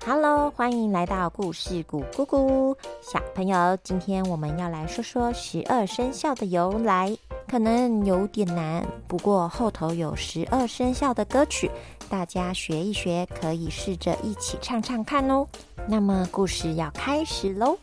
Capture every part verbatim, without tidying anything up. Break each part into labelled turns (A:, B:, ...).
A: Hello， 欢迎来到故事谷咕咕。小朋友，今天我们要来说说十二生肖的由来，可能有点难，不过后头有十二生肖的歌曲，大家学一学，可以试着一起唱唱看哦。那么故事要开始咯。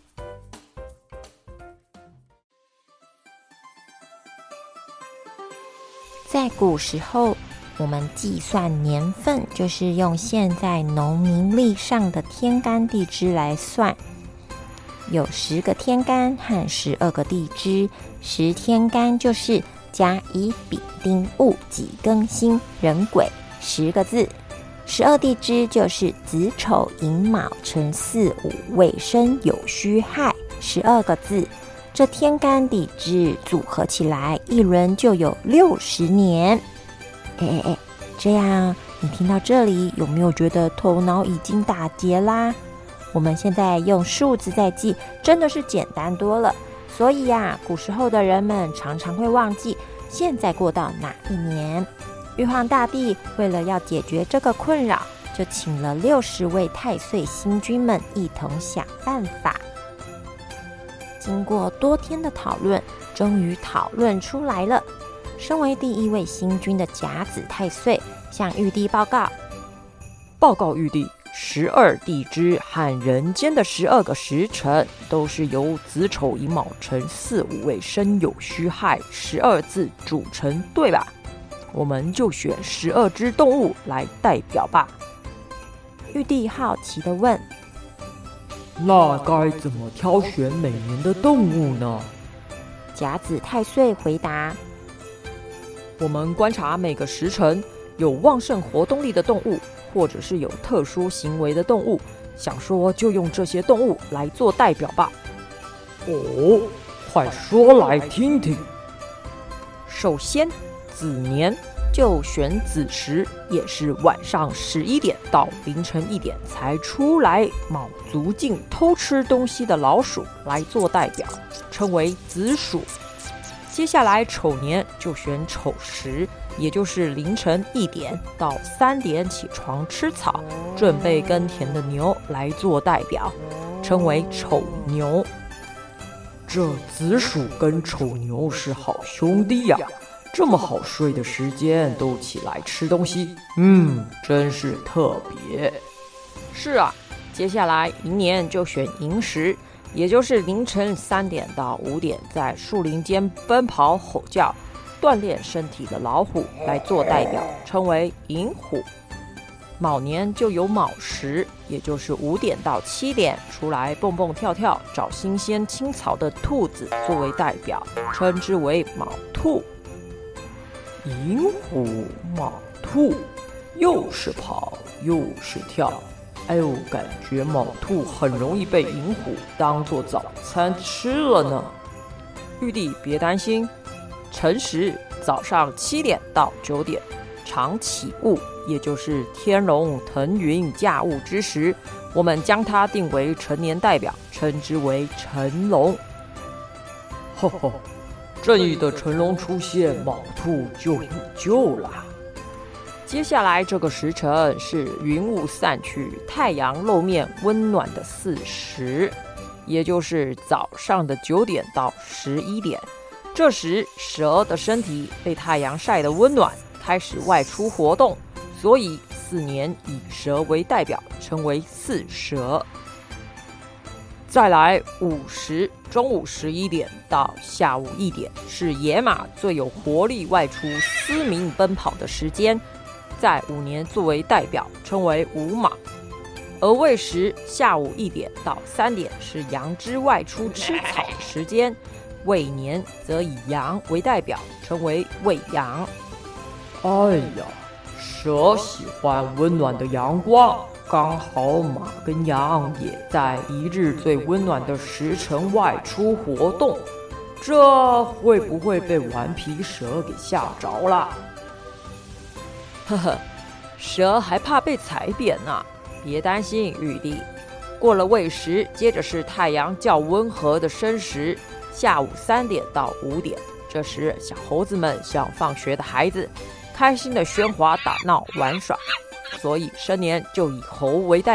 A: 在古时候，我们计算年份就是用现在农民历上的天干地支来算，有十个天干和十二个地支。十天干就是甲乙丙丁戊己庚辛壬癸十个字，十二地支就是子丑寅卯辰巳午未申酉戌亥十二个字。这天干地支组合起来，一轮就有六十年。哎哎哎，这样你听到这里有没有觉得头脑已经打结啦？我们现在用数字在记，真的是简单多了。所以呀、啊，古时候的人们常常会忘记现在过到哪一年。玉皇大帝为了要解决这个困扰，就请了六十位太岁星君们一同想办法。经过多天的讨论，终于讨论出来了。身为第一位星君的甲子太岁向玉帝报告：
B: 报告玉帝，十二地支和人间的十二个时辰都是由子丑寅卯辰巳午未申酉戌亥十二字组成，对吧？我们就选十二只动物来代表吧。
A: 玉帝好奇地问：
C: 那该怎么挑选每年的动物呢？
A: 甲子太岁回答：
B: 我们观察每个时辰有旺盛活动力的动物，或者是有特殊行为的动物，想说就用这些动物来做代表吧。
C: 哦，快说来听听。
B: 首先，子年就选子时，也是晚上十一点到凌晨一点才出来卯足劲偷吃东西的老鼠来做代表，称为子鼠。接下来丑年就选丑时，也就是凌晨一点到三点起床吃草，准备耕田的牛来做代表，称为丑牛。
C: 这子鼠跟丑牛是好兄弟呀、啊，这么好睡的时间都起来吃东西，嗯，真是特别。
B: 是啊，接下来寅年就选寅时，也就是凌晨三点到五点在树林间奔跑吼叫锻炼身体的老虎来做代表，称为寅虎。卯年就有卯时，也就是五点到七点出来蹦蹦跳跳找新鲜青草的兔子作为代表，称之为卯兔。
C: 寅虎卯兔，又是跑又是跳，哎呦，感觉卯兔很容易被寅虎当作早餐吃了呢。
B: 玉帝别担心，辰时早上七点到九点常起雾，也就是天龙腾云驾雾之时，我们将它定为辰年代表，称之为辰龙。
C: 吼吼，正义的辰龙出现，卯兔就有救了。
B: 接下来这个时辰是云雾散去，太阳露面温暖的巳时，也就是早上的九点到十一点。这时蛇的身体被太阳晒得温暖，开始外出活动，所以巳年以蛇为代表，称为巳蛇。再来午时，中午十一点到下午一点是野马最有活力外出嘶鸣奔跑的时间，在午年作为代表，称为午马。而未时下午一点到三点是羊只外出吃草的时间，未年则以羊为代表，称为未羊。
C: 哎呀，蛇喜欢温暖的阳光，刚好马跟羊也在一日最温暖的时辰外出活动，这会不会被顽皮蛇给吓着了？
B: 呵呵，蛇还怕被踩扁呢、啊，别担心，玉帝。过了未时，接着是太阳较温和的申时，下午三点到五点，这时小猴子们像放学的孩子，开心的喧哗打闹玩耍，所以生年就以猴为代表，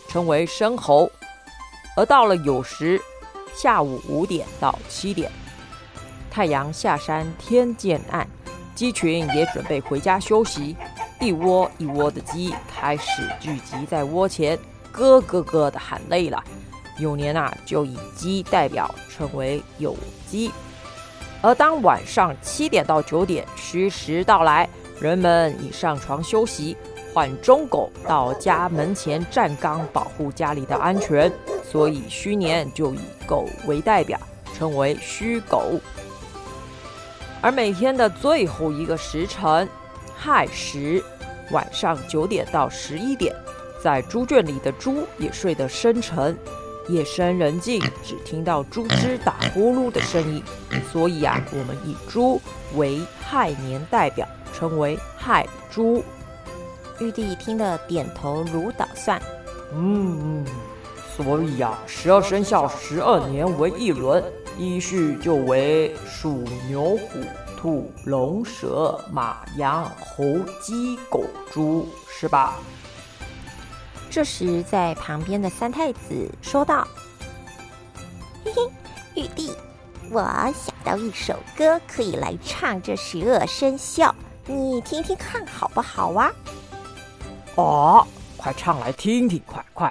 B: 称为申猴。而到了酉时，下午五点到七点，太阳下山，天渐暗，鸡群也准备回家休息。一窝一窝的鸡开始聚集在窝前，咯咯咯的喊累了。酉年啊，就以鸡代表，称为酉鸡。而当晚上七点到九点戌时到来，人们已上床休息，换忠狗到家门前站岗，保护家里的安全，所以戌年就以狗为代表，称为戌狗。而每天的最后一个时辰亥时，晚上九点到十一点，在猪圈里的猪也睡得深沉，夜深人静，只听到猪只打呼噜的声音，所以啊，我们以猪为亥年代表，称为亥猪。
A: 玉帝听得点头如捣蒜。
C: 嗯，所以啊，十二生肖十二年为一轮，依序就为鼠、牛、虎、兔、龙、蛇、马、羊、猴、鸡、狗、猪，是吧？
A: 这时，在旁边的三太子说道：“嘿嘿，玉帝，我想到一首歌，可以来唱这十二生肖，你听听看好不好啊？”
B: 哦，快唱来听听，快快！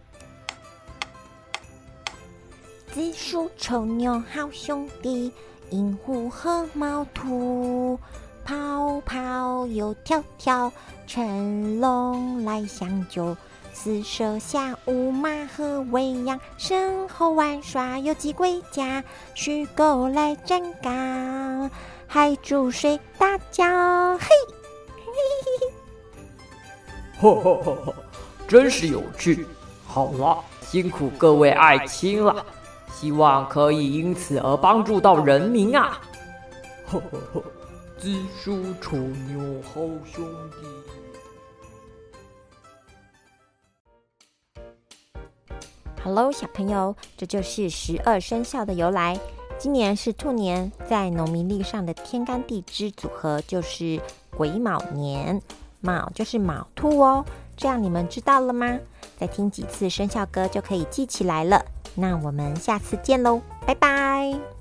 A: 子鼠丑牛好兄弟，寅虎和卯兔，跑跑又跳跳，成龙来相救。四蛇下午马和尾羊，申猴玩耍有鸡归家，戌狗来站岗，亥猪睡大觉，嘿，嘿嘿嘿。
C: 呵呵呵呵，真是有趣。好了，辛苦各位爱卿了，希望可以因此而帮助到人民啊！呵呵呵，子鼠丑牛好兄弟。
A: Hello， 小朋友，这就是十二生肖的由来。今年是兔年，在农民历上的天干地支组合就是癸卯年，卯就是卯兔哦。这样你们知道了吗？再听几次生肖歌就可以记起来了。那我们下次见喽，拜拜。